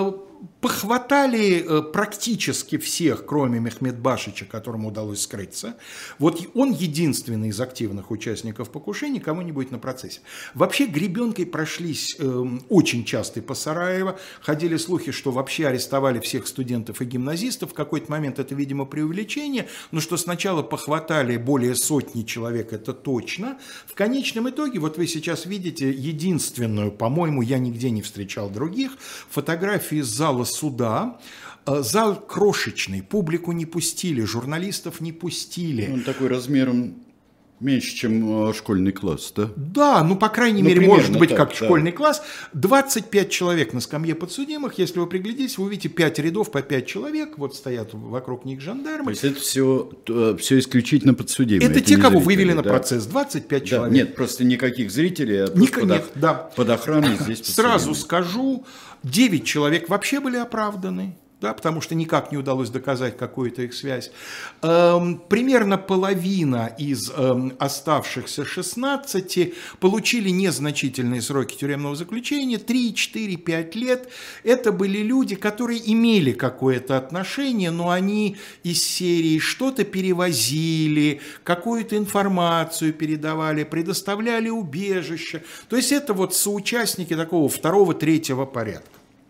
похватали практически всех, кроме Мехмед-Башича, которому удалось скрыться. Вот он единственный из активных участников покушения, кого-нибудь на процессе. Вообще гребенкой прошлись очень часто по Сараево. Ходили слухи, что вообще арестовали всех студентов и гимназистов. В какой-то момент это, видимо, преувеличение, но что сначала похватали более сотни человек, это точно. В конечном итоге, вот вы сейчас видите единственную, по-моему, я нигде не встречал других, фотографии из зала суда. Зал крошечный, публику не пустили, журналистов не пустили. Он такой размером меньше, чем школьный класс, да? Да, ну, по крайней ну, мере, может быть, так, как да. школьный класс. двадцать пять человек на скамье подсудимых. Если вы приглядитесь, вы увидите пять рядов по пять человек. Вот стоят вокруг них жандармы. То есть это все, все исключительно подсудимые. Это, это те, кого зрители, вывели да? на процесс. двадцать пять да, человек. Нет, просто никаких зрителей. А Ник- под, нет, да. под охраной здесь подсудимые. Сразу скажу, девять человек вообще были оправданы. Да, потому что никак не удалось доказать какую-то их связь. Эм, примерно половина из эм, оставшихся шестнадцати получили незначительные сроки тюремного заключения, три, четыре, пять лет. Это были люди, которые имели какое-то отношение, но они из серии что-то перевозили, какую-то информацию передавали, предоставляли убежище. То есть это вот соучастники такого второго, третьего порядка.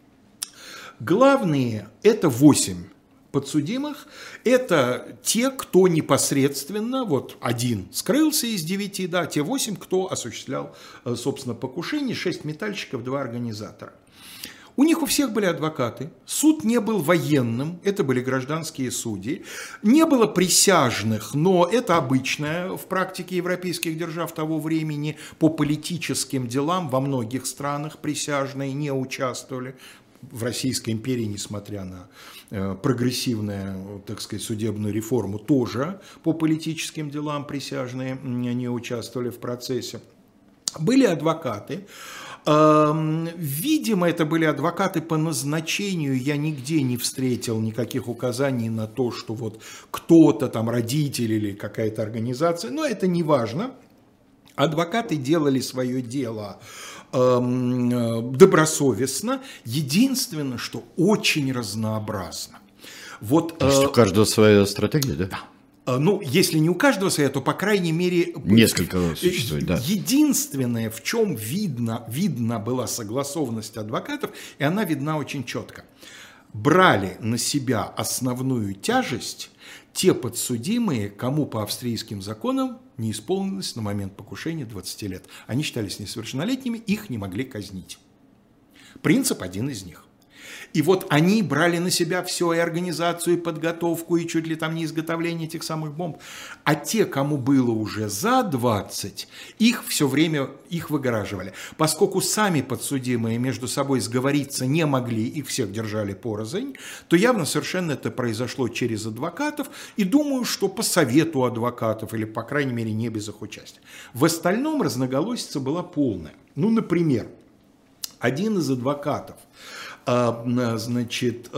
Главные – это восемь подсудимых. Это те, кто непосредственно, вот один скрылся из девяти, да, те восемь, кто осуществлял, собственно, покушение, шесть метальщиков, два организатора. У них у всех были адвокаты, суд не был военным, это были гражданские судьи, не было присяжных, но это обычное в практике европейских держав того времени, по политическим делам во многих странах присяжные не участвовали. в Российской империи, несмотря на прогрессивную, так сказать, судебную реформу, тоже по политическим делам присяжные не участвовали в процессе. Были адвокаты. Видимо, это были адвокаты по назначению. Я нигде не встретил никаких указаний на то, что вот кто-то там, родитель или какая-то организация, но это не важно. Адвокаты делали свое дело добросовестно. Единственное, что очень разнообразно. Вот, То есть у каждого своя стратегия, да? Да. Ну, если не у каждого своя, то, по крайней мере... Несколько существует, да. Единственное, в чем видно, видна была согласованность адвокатов, и она видна очень четко. Брали на себя основную тяжесть те подсудимые, кому по австрийским законам не исполнилось на момент покушения двадцати лет. Они считались несовершеннолетними, их не могли казнить. Принцип один из них. И вот они брали на себя все, и организацию, и подготовку, и чуть ли там не изготовление этих самых бомб. А те, кому было уже за двадцать, их все время их выгораживали. Поскольку сами подсудимые между собой сговориться не могли, их всех держали порознь, то явно совершенно это произошло через адвокатов. И думаю, что по совету адвокатов, или, по крайней мере, не без их участия. В остальном разноголосица была полная. Ну, например, один из адвокатов, Значит,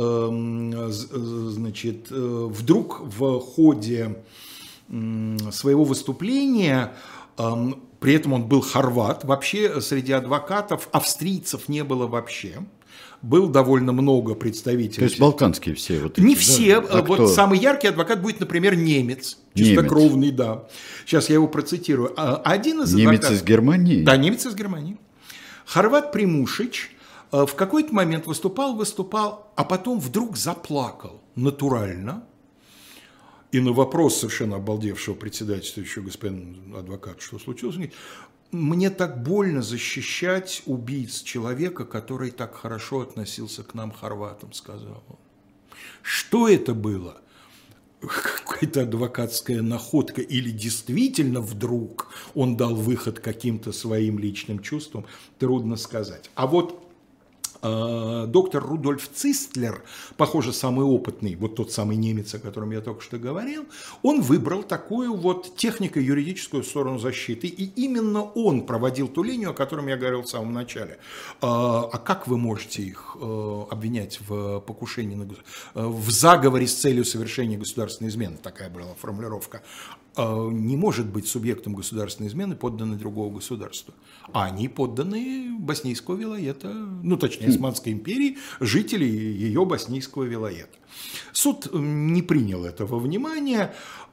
значит, вдруг в ходе своего выступления, при этом он был хорват, вообще среди адвокатов австрийцев не было вообще. Было довольно много представителей. То есть балканские все вот эти, не да? все. А вот кто? Самый яркий адвокат будет, например, немец. Чистокровный, немец. Да. Сейчас я его процитирую. Один из немец адвокатов... из Германии? Да, немец из Германии. Хорват Примушич в какой-то момент выступал, выступал, а потом вдруг заплакал натурально. И на вопрос совершенно обалдевшего председательствующего господина адвоката, что случилось, он говорит: мне так больно защищать убийц человека, который так хорошо относился к нам, хорватам, сказал он. Что это было? Какая-то адвокатская находка, или действительно вдруг он дал выход каким-то своим личным чувствам, трудно сказать. А вот доктор Рудольф Цистлер, похоже, самый опытный, вот тот самый немец, о котором я только что говорил, он выбрал такую вот технико-юридическую сторону защиты, и именно он проводил ту линию, о которой я говорил в самом начале. А как вы можете их обвинять в покушении, на, в заговоре с целью совершения государственной измены, такая была формулировка. Не может быть субъектом государственной измены подданный другого государства. А они подданные боснийского вилаета, ну точнее Османской империи, жители ее боснийского вилаета. Суд не принял этого внимания.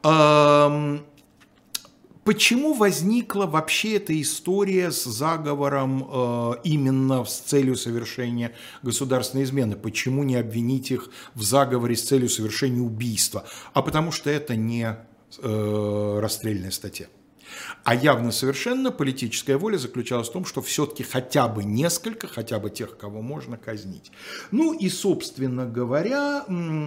Почему возникла вообще эта история с заговором именно с целью совершения государственной измены? Почему не обвинить их в заговоре с целью совершения убийства? А потому что это не расстрельная статья. А явно совершенно политическая воля заключалась в том, что все-таки хотя бы несколько, хотя бы тех, кого можно казнить. Ну и, собственно говоря,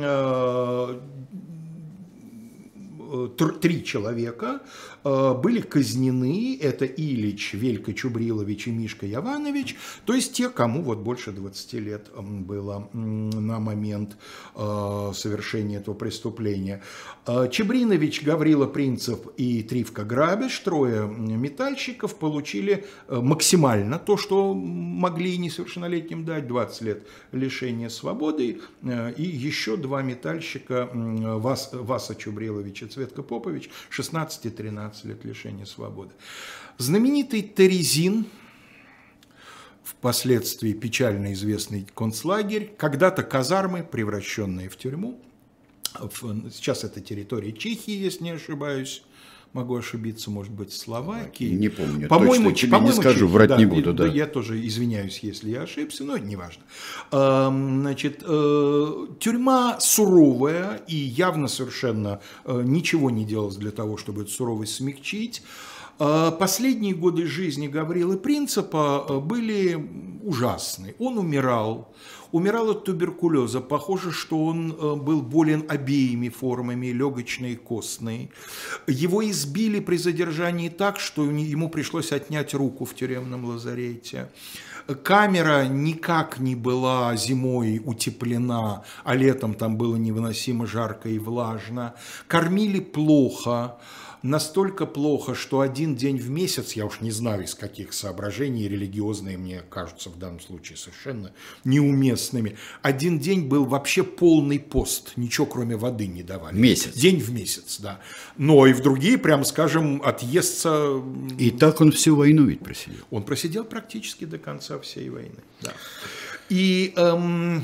три человека были казнены, это Ильич, Велька Чубрилович и Мишка Яванович, то есть те, кому вот больше двадцати лет было на момент совершения этого преступления. Чебринович, Гаврила Принцип и Тривка Грабиш, трое метальщиков, получили максимально то, что могли несовершеннолетним дать, двадцать лет лишения свободы, и еще два метальщика, Вас, Васа Чубрилович и Цветка Попович, шестнадцать и тринадцать лет лишения свободы. Знаменитый Терезин, впоследствии печально известный концлагерь, когда-то казармы, превращенные в тюрьму. Сейчас это территория Чехии, если не ошибаюсь. Могу ошибиться, может быть, Словакии. Не помню. По-моему, точно тебе по-моему, не скажу, Чехия, врать да, не буду. Да. Я тоже извиняюсь, если я ошибся, но это не важно. Значит, тюрьма суровая, и явно совершенно ничего не делалось для того, чтобы эту суровость смягчить. Последние годы жизни Гаврилы Принципа были ужасны. Он умирал. Умирал от туберкулеза. Похоже, что он был болен обеими формами, легочной и костной. Его избили при задержании так, что ему пришлось отнять руку в тюремном лазарете. камера никак не была зимой утеплена, а летом там было невыносимо жарко и влажно. Кормили плохо. Настолько плохо, что один день в месяц, я уж не знаю из каких соображений, религиозные мне кажутся в данном случае совершенно неуместными, один день был вообще полный пост, ничего кроме воды не давали. Месяц. День в месяц, да. Но и в другие, прям скажем, отъестся... И так он всю войну ведь просидел. Он просидел практически до конца всей войны, да. И эм,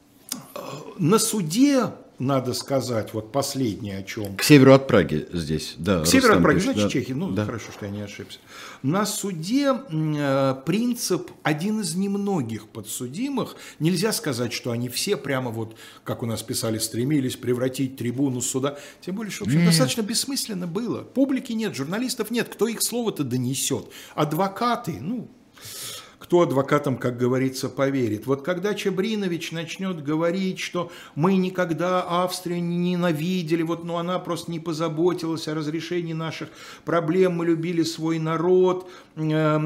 на суде... Надо сказать, вот последнее о чем. К северу от Праги здесь, да. К северу от Праги, значит, да, Чехия. Ну, да. Хорошо, что я не ошибся. На суде э, принцип один из немногих подсудимых. Нельзя сказать, что они все прямо вот, как у нас писали, стремились превратить трибуну суда. Тем более, что в общем, достаточно бессмысленно было. Публики нет, журналистов нет. Кто их слово-то донесет? Адвокаты, ну... Кто адвокатам, как говорится, поверит? Вот когда Чабринович начнет говорить, что мы никогда Австрию не ненавидели, вот, ну, она просто не позаботилась о разрешении наших проблем, мы любили свой народ, э,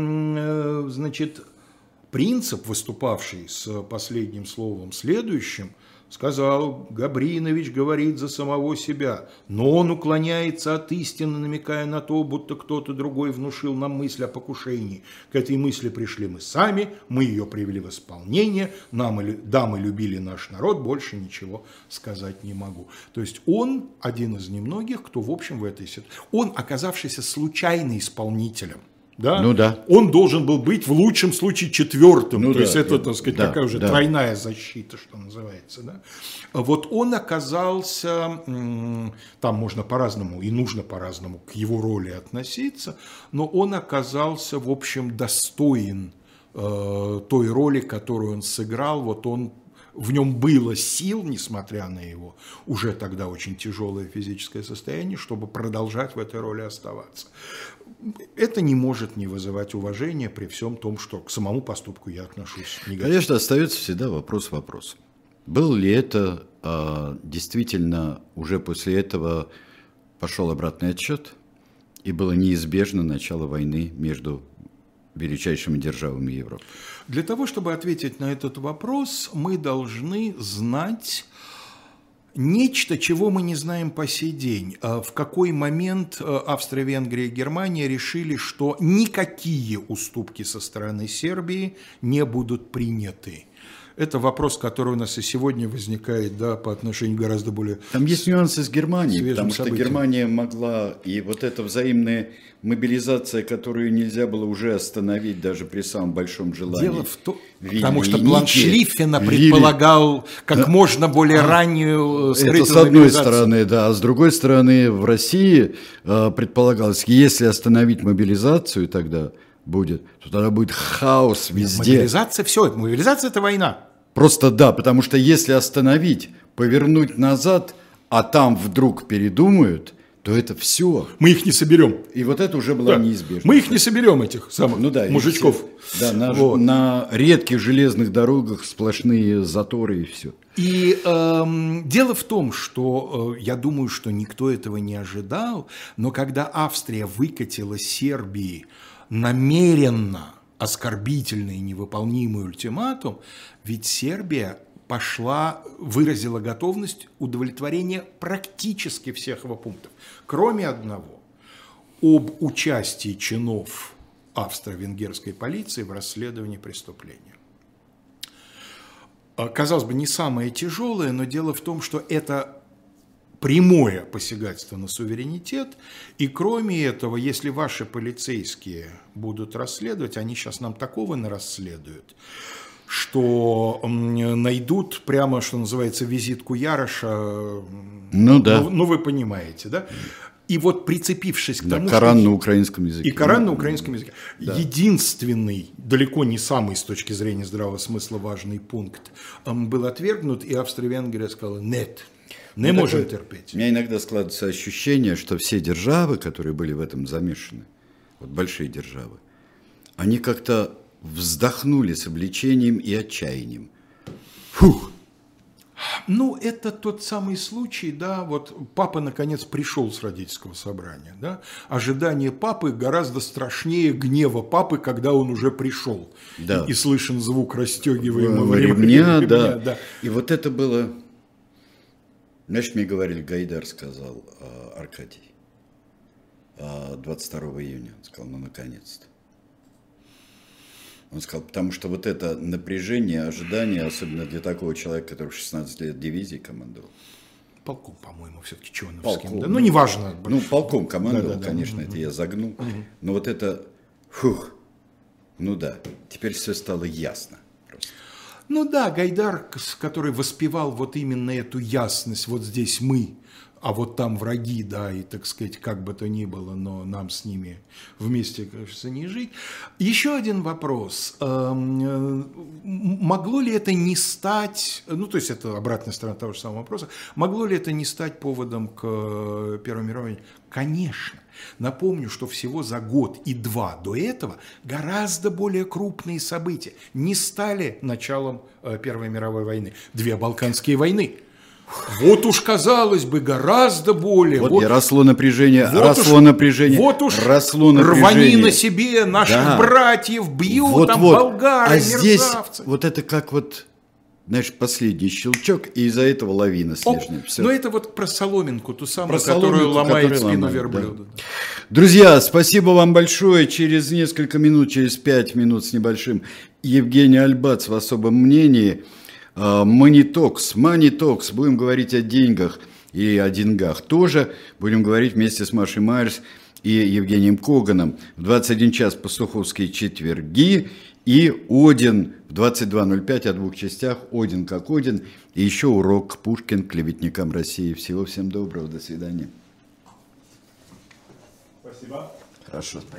э, значит, принцип, выступавший с последним словом следующим, сказал: Габринович говорит за самого себя, но он уклоняется от истины, намекая на то, будто кто-то другой внушил нам мысль о покушении. К этой мысли пришли мы сами, мы ее привели в исполнение, нам, да, мы любили наш народ, больше ничего сказать не могу. То есть он один из немногих, кто в общем в этой ситуации, он, оказавшийся случайно исполнителем, да? Ну, да. Он должен был быть в лучшем случае четвертым, ну, то да, есть это, да, так сказать, да, такая уже да. тройная защита, что называется. Да? Вот он оказался, там можно по-разному и нужно по-разному к его роли относиться, но он оказался, в общем, достоин э, той роли, которую он сыграл. Вот он, в нем было сил, несмотря на его уже тогда очень тяжелое физическое состояние, чтобы продолжать в этой роли оставаться. Это не может не вызывать уважения при всем том, что к самому поступку я отношусь негативно. Конечно, остается всегда вопрос вопросом. Был ли это а, действительно уже после этого пошел обратный отсчет, и было неизбежно начало войны между величайшими державами Европы? Для того, чтобы ответить на этот вопрос, мы должны знать нечто, чего мы не знаем по сей день. В какой момент Австрия, Венгрия и Германия решили, что никакие уступки со стороны Сербии не будут приняты. Это вопрос, который у нас и сегодня возникает, да, по отношению гораздо более... Там есть нюансы с Германией, потому что событиям. Германия могла, и вот эта взаимная мобилизация, которую нельзя было уже остановить даже при самом большом желании. Дело в том, Вильни, потому что Ники, план Шлиффена Вилли. предполагал как Да. можно более раннюю скрытую Это с одной мобилизацию. стороны, да, а с другой стороны в России э, предполагалось, если остановить мобилизацию тогда будет, то тогда будет хаос везде. Мобилизация, все, мобилизация – это война. Просто да, потому что если остановить, повернуть назад, а там вдруг передумают, то это все. Мы их не соберем. И вот это уже была Да. неизбежно. Мы их не соберем, этих самых ну, да, мужичков. все, да, на, Вот. на редких железных дорогах сплошные заторы и все. И эм, дело в том, что э, я думаю, что никто этого не ожидал, но когда Австрия выкатила Сербии намеренно оскорбительный и невыполнимый ультиматум, ведь Сербия пошла, выразила готовность удовлетворения практически всех его пунктов, кроме одного – об участии чинов австро-венгерской полиции в расследовании преступления. Казалось бы, не самое тяжелое, но дело в том, что это прямое посягательство на суверенитет, и кроме этого, если ваши полицейские будут расследовать, они сейчас нам такого нарасследуют, что найдут прямо, что называется, визитку Яроша, ну да, ну, ну вы понимаете, да? И вот прицепившись к да, тому, Коран что... на украинском языке. И Коран на украинском языке. Да. Единственный, далеко не самый с точки зрения здравого смысла важный пункт был отвергнут, и Австро-Венгрия сказала «нет». Не ну, можем такое, терпеть. У меня иногда складывается ощущение, что все державы, которые были в этом замешаны, вот большие державы, они как-то вздохнули с облегчением и отчаянием. Фух! Ну, это тот самый случай, да, вот папа наконец пришел с родительского собрания, да, ожидание папы гораздо страшнее гнева папы, когда он уже пришел, да. и, и слышен звук расстегиваемого ремня, ремня, да. да. И вот это было, значит, мне говорили, Гайдар сказал, Аркадий, двадцать второго июня, он сказал, ну, наконец-то. Он сказал, потому что вот это напряжение, ожидание, особенно для такого человека, который в шестнадцать лет дивизии командовал. Полком, по-моему, все-таки Чоновским. Полком, Да? Ну, неважно. Ну, полком командовал, да, да, конечно, да. это я загнул. Угу. Но вот это, фух, ну да, теперь все стало ясно. Просто. Ну да, Гайдар, который воспевал вот именно эту ясность, вот здесь мы, а вот там враги, да, и, так сказать, как бы то ни было, но нам с ними вместе, кажется, не жить. Еще один вопрос. Могло ли это не стать, ну, то есть это обратная сторона того же самого вопроса, могло ли это не стать поводом к Первой мировой войне? Конечно. Напомню, что всего за год и два до этого гораздо более крупные события не стали началом Первой мировой войны. Две Балканские войны. Вот уж, казалось бы, гораздо более. Вот, вот и росло напряжение, вот росло уж, напряжение, вот уж росло напряжение. Рвани на себе, наших да. братьев бьют, вот, там вот. болгары, а мерзавцы. Здесь вот это как вот, знаешь, последний щелчок, и из-за этого лавина снежная. Но это вот про соломинку, ту самую, про которую ломает которую спину ломает, верблюда. Да. Друзья, спасибо вам большое. Через несколько минут, через пять минут с небольшим, Евгений Альбац в особом мнении. Манитокс, Манитокс, будем говорить о деньгах и о деньгах тоже. Будем говорить вместе с Машей Майерс и Евгением Коганом в двадцать один час пастуховские четверги и Один в двадцать два ноль пять о двух частях, Один как Один, и еще урок Пушкин клеветникам России. Всего всем доброго, до свидания. Спасибо. Хорошо, спасибо.